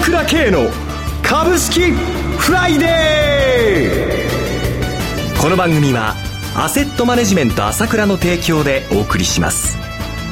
倉慶の株式フライデー。この番組はアセットマネジメント朝倉の提供でお送りします。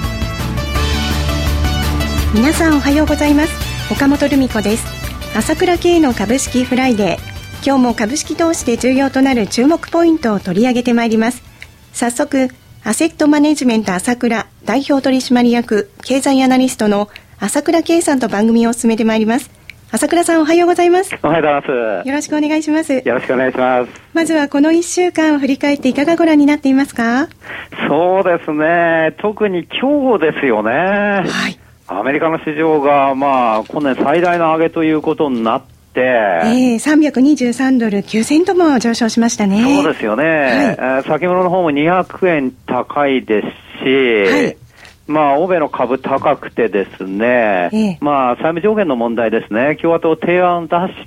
皆さんおはようございます。岡本留美子です。朝倉慶の株式フライデー、今日も株式投資で重要となる注目ポイントを取り上げてまいります。早速、アセットマネジメント朝倉代表取締役経済アナリストの朝倉慶さんと番組を進めてまいります。朝倉さん、おはようございます。 おはようございます。 よろしくお願いします。 よろしくお願いします。 まずはこの1週間を振り返っていかがご覧になっていますか？ そうですね、特に今日ですよね。はい。アメリカの市場が今年最大の上げということになって、 323ドル9セントも上昇しましたね。 そうですよね。はい。先物の方も200円高いですし、はい。欧米の株高くてですね、債務上限の問題ですね。共和党提案を出して、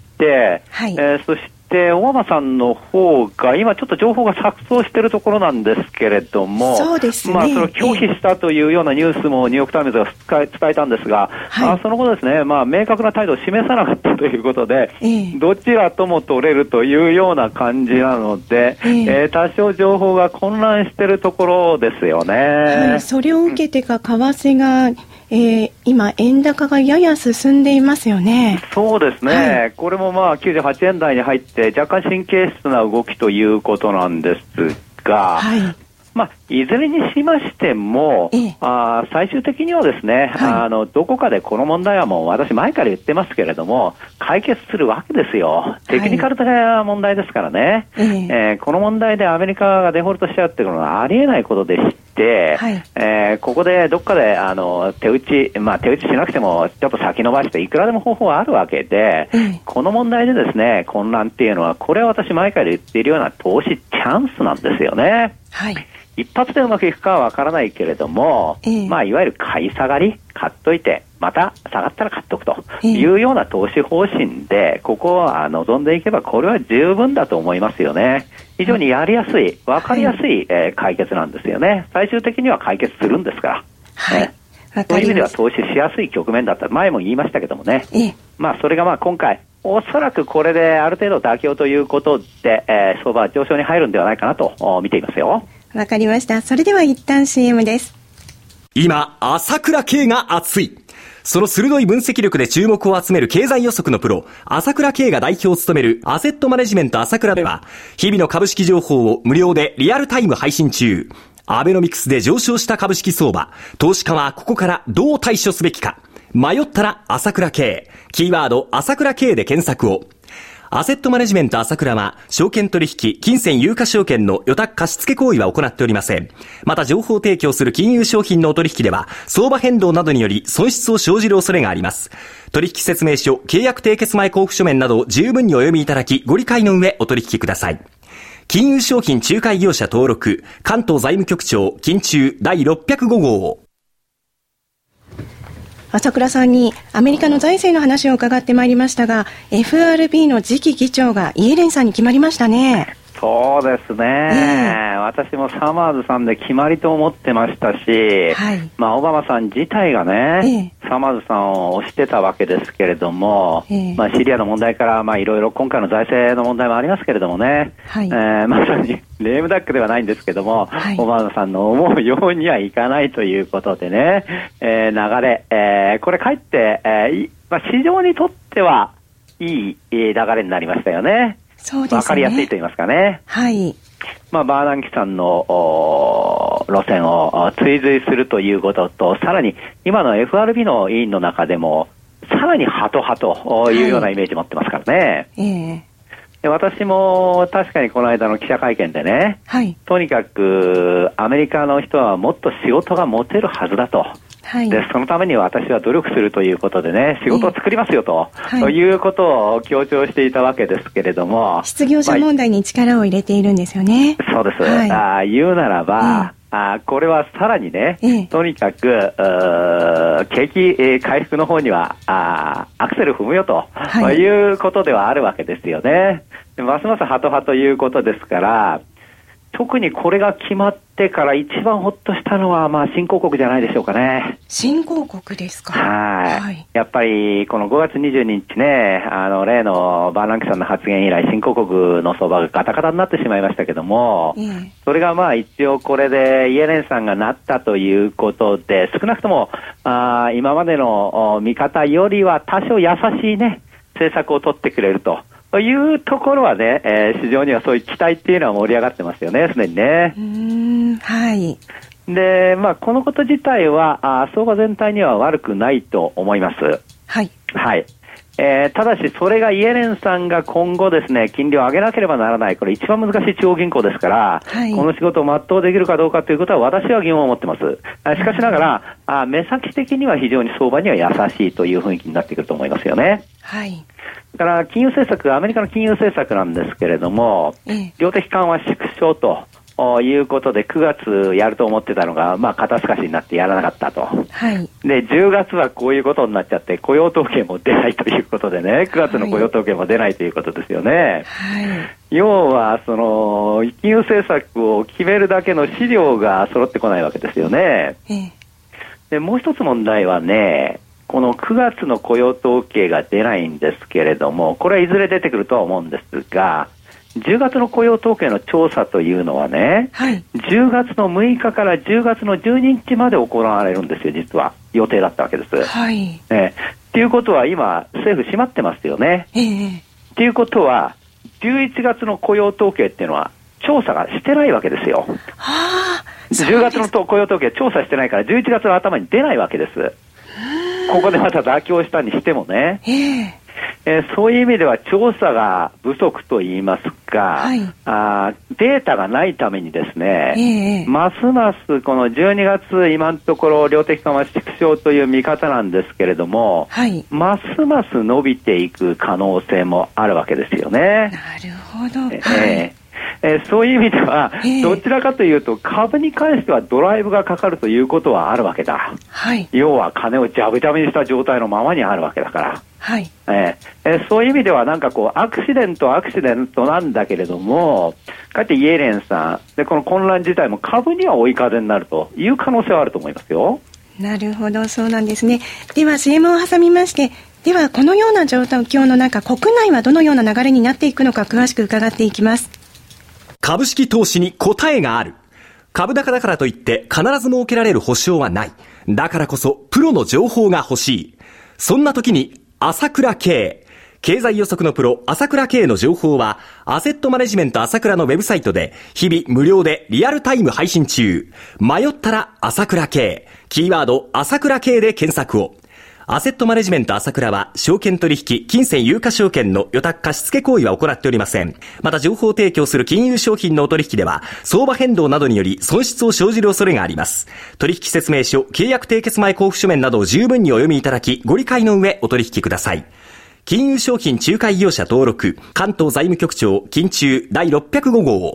はい。そしてオバマさんの方が今ちょっと情報が錯綜しているところなんですけれども、 そうですね。 それを拒否したというようなニュースもニューヨークタイムズが伝えたんですが、はい。その後ですね、明確な態度を示さなかったということで、どちらとも取れるというような感じなので、多少情報が混乱しているところですよね。 はい。それを受けてか為替が、今円高がやや進んでいますよね。 そうですね。はい。これも98円台に入って若干神経質な動きということなんですが、はい。いずれにしましても、最終的にはですね、はい、どこかでこの問題はもう私前から言ってますけれども、解決するわけですよ。テクニカル的な問題ですからね。この問題でアメリカがデフォルトしちゃうっていうのはありえないことでして、はい。ここでどっかで手打ちしなくてもちょっと先延ばしていくらでも方法はあるわけで、この問題でですね、混乱っていうのは、これは私前から言っているような投資チャンスなんですよね。はい。一発でうまくいくかはわからないけれども、いわゆる買い下がり、買っといて、また下がったら買っとくというような投資方針で、ここは望んでいけば、これは十分だと思いますよね。非常にやりやすい、わかりやすい、解決なんですよね。最終的には解決するんですから。はい。そういう意味では投資しやすい局面だった。前も言いましたけどもね。それが今回、おそらくこれである程度妥協ということで、相場は上昇に入るんではないかなと見ていますよ。 わかりました。それでは一旦 CM です。 今、朝倉慶が熱い。その鋭い分析力で注目を集める経済予測のプロ、朝倉慶が代表を務めるアセットマネジメント朝倉では、日々の株式情報を無料でリアルタイム配信中。アベノミクスで上昇した株式相場、投資家はここからどう対処すべきか。迷ったら朝倉慶。キーワード朝倉慶で検索を。アセットマネジメント朝倉は、証券取引、金銭有価証券の予託貸付行為は行っておりません。また情報提供する金融商品のお取引では、相場変動などにより損失を生じる恐れがあります。取引説明書、契約締結前交付書面など十分にお読みいただき、ご理解の上お取引ください。金融商品仲介業者登録、関東財務局長、金中第605号。 朝倉さんにアメリカの財政の話を伺ってまいりましたが、 FRB の次期議長がイエレンさんに決まりましたね。 そうですね、私もサマーズさんで決まりと思ってましたし、はい。オバマさん自体がね、サマーズさんを推してたわけですけれども、シリアの問題からいろいろ今回の財政の問題もありますけれどもね、はい。まさにレームダックではないんですけども、はい。オバマさんの思うようにはいかないということでね、流れ、これかえって、市場にとってはいい流れになりましたよね。 そうですね。 わかりやすいと言いますかね。はい。バーナンキさんの路線を追随するということと、さらに今の FRB の委員の中でもさらにハト派というようなイメージ持ってますからね。で、私も確かにこの間の記者会見でね、はい。とにかくアメリカの人はもっと仕事が持てるはずだと。はい、でそのために私は努力するということでね、仕事を作りますよと、ということを強調していたわけですけれども、 失業者問題に力を入れているんですよね。 そうです。はい。言うならば、これはさらにね、とにかく景気、回復の方にはアクセル踏むよと、いうことではあるわけですよね。ますますハト派ということですから、 特にこれが決まってから一番ほっとしたのは、新興国じゃないでしょうかね。 新興国ですか。 はい。やっぱり、この5月22日ね、例のバーナンキさんの発言以来、新興国の相場がガタガタになってしまいましたけども、それが一応これでイエレンさんがなったということで、少なくとも、今までの見方よりは多少優しいね、政策を取ってくれるというところはね、市場にはそういう期待っていうのは盛り上がってますよね、すでにね。 はい。 で、このこと自体は、相場全体には悪くないと思います。 はい。 はい。ただし、それがイエレンさんが今後ですね、金利を上げなければならない。これ一番難しい中央銀行ですから、はい、この仕事を全うできるかどうかということは私は疑問を持ってます。しかしながら、目先的には非常に相場には優しいという雰囲気になってくると思いますよね。 はい。 だから金融政策、アメリカの金融政策なんですけれども、量的緩和縮小ということで9月やると思ってたのが、肩透かしになってやらなかったと。 はい。 で、10月はこういうことになっちゃって、雇用統計も出ないということでね、9月の雇用統計も出ないということですよね。 はい。 要は、金融政策を決めるだけの資料が揃ってこないわけですよね。で、もう一つ問題はね、この9月の雇用統計が出ないんですけれども、これはいずれ出てくるとは思うんですが、10月の雇用統計の調査というのはね、はい、10月の6日から10月の12日まで行われるんですよ、実は。予定だったわけです。 はい。 っていうことは今、政府閉まってますよね。っていうことは、11月の雇用統計っていうのは、調査がしてないわけですよ。10月の雇用統計は調査してないから、11月の頭に出ないわけです。ここでまた妥協したにしてもね。そういう意味では調査が不足といいますか、はい、データがないためにですね、ますますこの12月今のところ量的緩和縮小という見方なんですけれども、はい、ますます伸びていく可能性もあるわけですよね。 なるほど。 そういう意味では、どちらかというと株に関してはドライブがかかるということはあるわけだ。はい、要は金をジャブジャブにした状態のままにあるわけだから。はい。そういう意味ではなんかこうアクシデントなんだけれども、かえってイエレンさんでこの混乱自体も株には追い風になるという可能性はあると思いますよ。 なるほど、そうなんですね。では CM を挟みまして、ではこのような状況の中、国内はどのような流れになっていくのか詳しく伺っていきます。 株式投資に答えがある。株高だからといって必ず設けられる保証はない。だからこそプロの情報が欲しい。そんな時に朝倉慶。経済予測のプロ朝倉慶の情報はアセットマネジメント朝倉のウェブサイトで日々無料でリアルタイム配信中。迷ったら朝倉慶。キーワード朝倉慶で検索を。アセットマネジメント朝倉は証券取引、金銭有価証券の予託貸付行為は行っておりません。また情報提供する金融商品のお取引では相場変動などにより損失を生じる恐れがあります。取引説明書、契約締結前交付書面などを十分にお読みいただきご理解の上お取引ください。金融商品仲介業者登録関東財務局長金中第605号。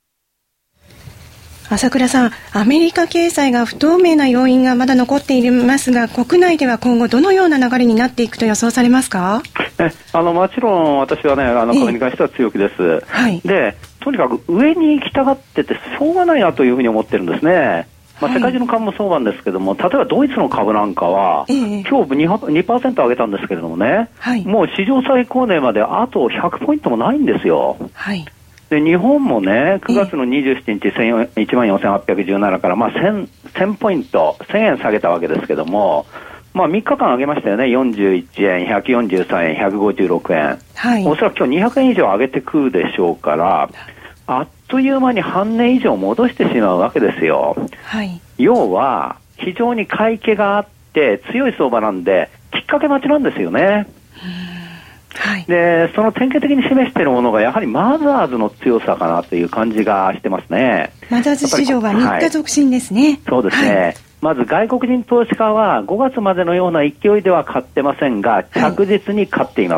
朝倉さん、アメリカ経済が不透明な要因がまだ残っていますが、国内では今後どのような流れになっていくと予想されますか？ もちろん私はね、株に関しては強気です。はい、で、とにかく上に行きたがっててしょうがないなというふうに思ってるんですね。世界中の株もそうなんですけども、例えばドイツの株なんかは、今日 2% 上げたんですけれどもね、もう史上最高値まであと100ポイントもないんですよ。で日本もね、9月の27日14,817から、1000ポイント、1000円下げたわけですけども、3日間上げましたよね。41円、143円、156円。おそらく今日200円以上上げてくるでしょうから、あっという間に半値以上戻してしまうわけですよ。要は、非常に買い気があって強い相場なんで、きっかけ待ちなんですよね。でその典型的に示しているものがやはりマザーズの強さかなという感じがしてますね。 マザーズ市場は3日続伸ですね。 そうですね、まず外国人投資家は5月までのような勢いでは買ってませんが着実に買っています。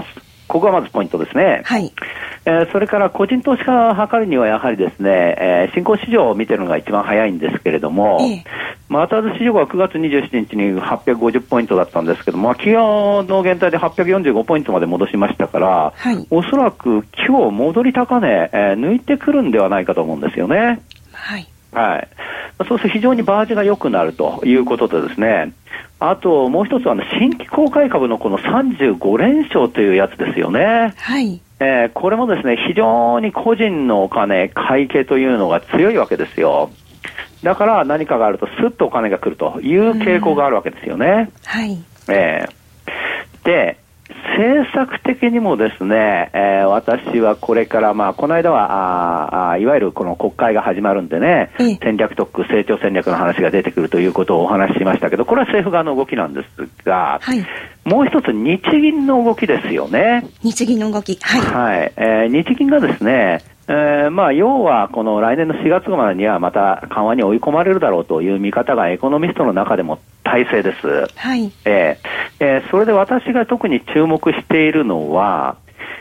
ここがまずポイントですね。 はい。 それから個人投資家が測るにはやはりですね、新興市場を見てるのが一番早いんですけれども、マザーズ市場が9月27日に850ポイントだったんですけども、企業の減退で845ポイントまで戻しましたから、はい、おそらく今日戻り高値、抜いてくるんではないかと思うんですよね。 はい。 はい。そうすると非常にバージが良くなるということでですね、あともう一つは新規公開株のこの35連勝というやつですよね。 はい。 これもですね、非常に個人のお金、買い系というのが強いわけですよ。だから何かがあるとスッとお金が来るという傾向があるわけですよね。 はい。 で、政策的にもですね、私はこれから、この間はいわゆるこの国会が始まるんでね、戦略特区、成長戦略の話が出てくるということをお話ししましたけど、これは政府側の動きなんですが、はい、もう一つ日銀の動きですよね。 日銀の動き。はい。 はい。日銀がですね、要はこの来年の4月までにはまた緩和に追い込まれるだろうという見方がエコノミストの中でも大勢です。 はい。 それで私が特に注目しているのは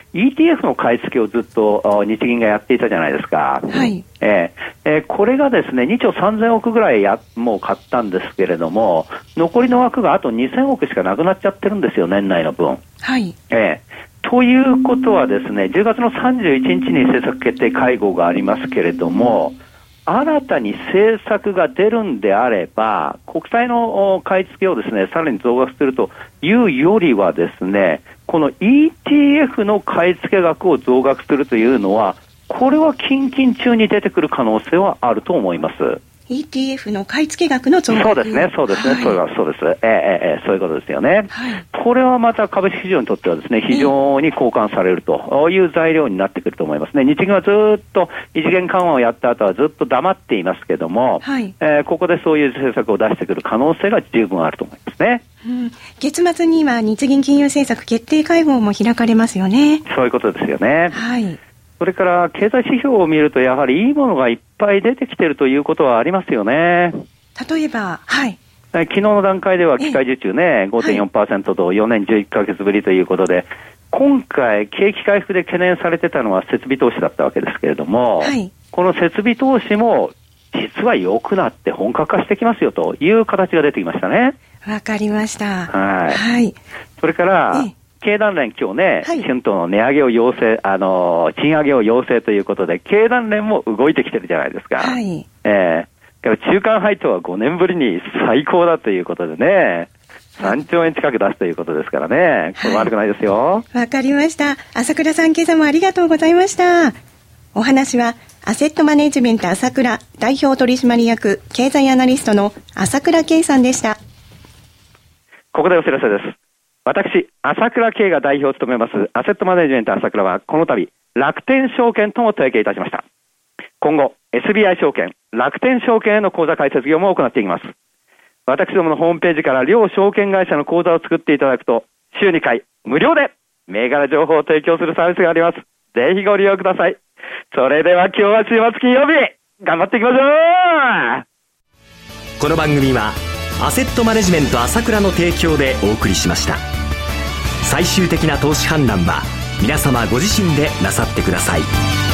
ETF の買い付けをずっと日銀がやっていたじゃないですか。 はい。 これがですね2兆3000億ぐらいもう買ったんですけれども、残りの枠があと2000億しかなくなっちゃってるんですよ、年内の分。 はい。 ということはですね、10月の31日に政策決定会合がありますけれども、新たに政策が出るんであれば、国債の買い付けをですね、さらに増額するというよりはですね、この ETF の買い付け額を増額するというのは、これは近々中に出てくる可能性はあると思います。 ETF の買い付け額の増額。 そうですね、そうですね、はい、そうです。そういうことですよね。はい、これはまた株式市場にとってはですね、非常に交換されるという材料になってくると思いますね。日銀はずっと異次元緩和をやった後はずっと黙っていますけども、はい、ここでそういう政策を出してくる可能性が十分あると思いますね。 月末には日銀金融政策決定会合も開かれますよね。 そういうことですよね。 はい。 それから経済指標を見るとやはりいいものがいっぱい出てきているということはありますよね。 例えば、はい。 昨日の段階では機械受注ね、5.4% と4年11ヶ月ぶりということで、今回景気回復で懸念されてたのは設備投資だったわけですけれども、はい、この設備投資も実は良くなって本格化してきますよという形が出てきましたね。 わかりました。 はい。 はい。 それから、経団連今日ね、春闘の値上げを要請、賃上げを要請ということで、経団連も動いてきてるじゃないですか。 はい。 中間配当は5年ぶりに最高だということでね、3兆円近く出すということですからね、これ悪くないですよ。 わかりました。朝倉さん、今朝もありがとうございました。お話は、アセットマネジメント朝倉代表取締役経済アナリストの朝倉圭さんでした。 ここでお知らせです。私、朝倉圭が代表を務めますアセットマネジメント朝倉はこの度楽天証券とも提携いたしました。今後 SBI 証券、楽天証券への口座開設業も行っていきます。私どものホームページから両証券会社の口座を作っていただくと週2回無料で銘柄情報を提供するサービスがあります。ぜひご利用ください。それでは今日は週末金曜日頑張っていきましょう。 この番組はアセットマネジメント朝倉の提供でお送りしました。最終的な投資判断は皆様ご自身でなさってください。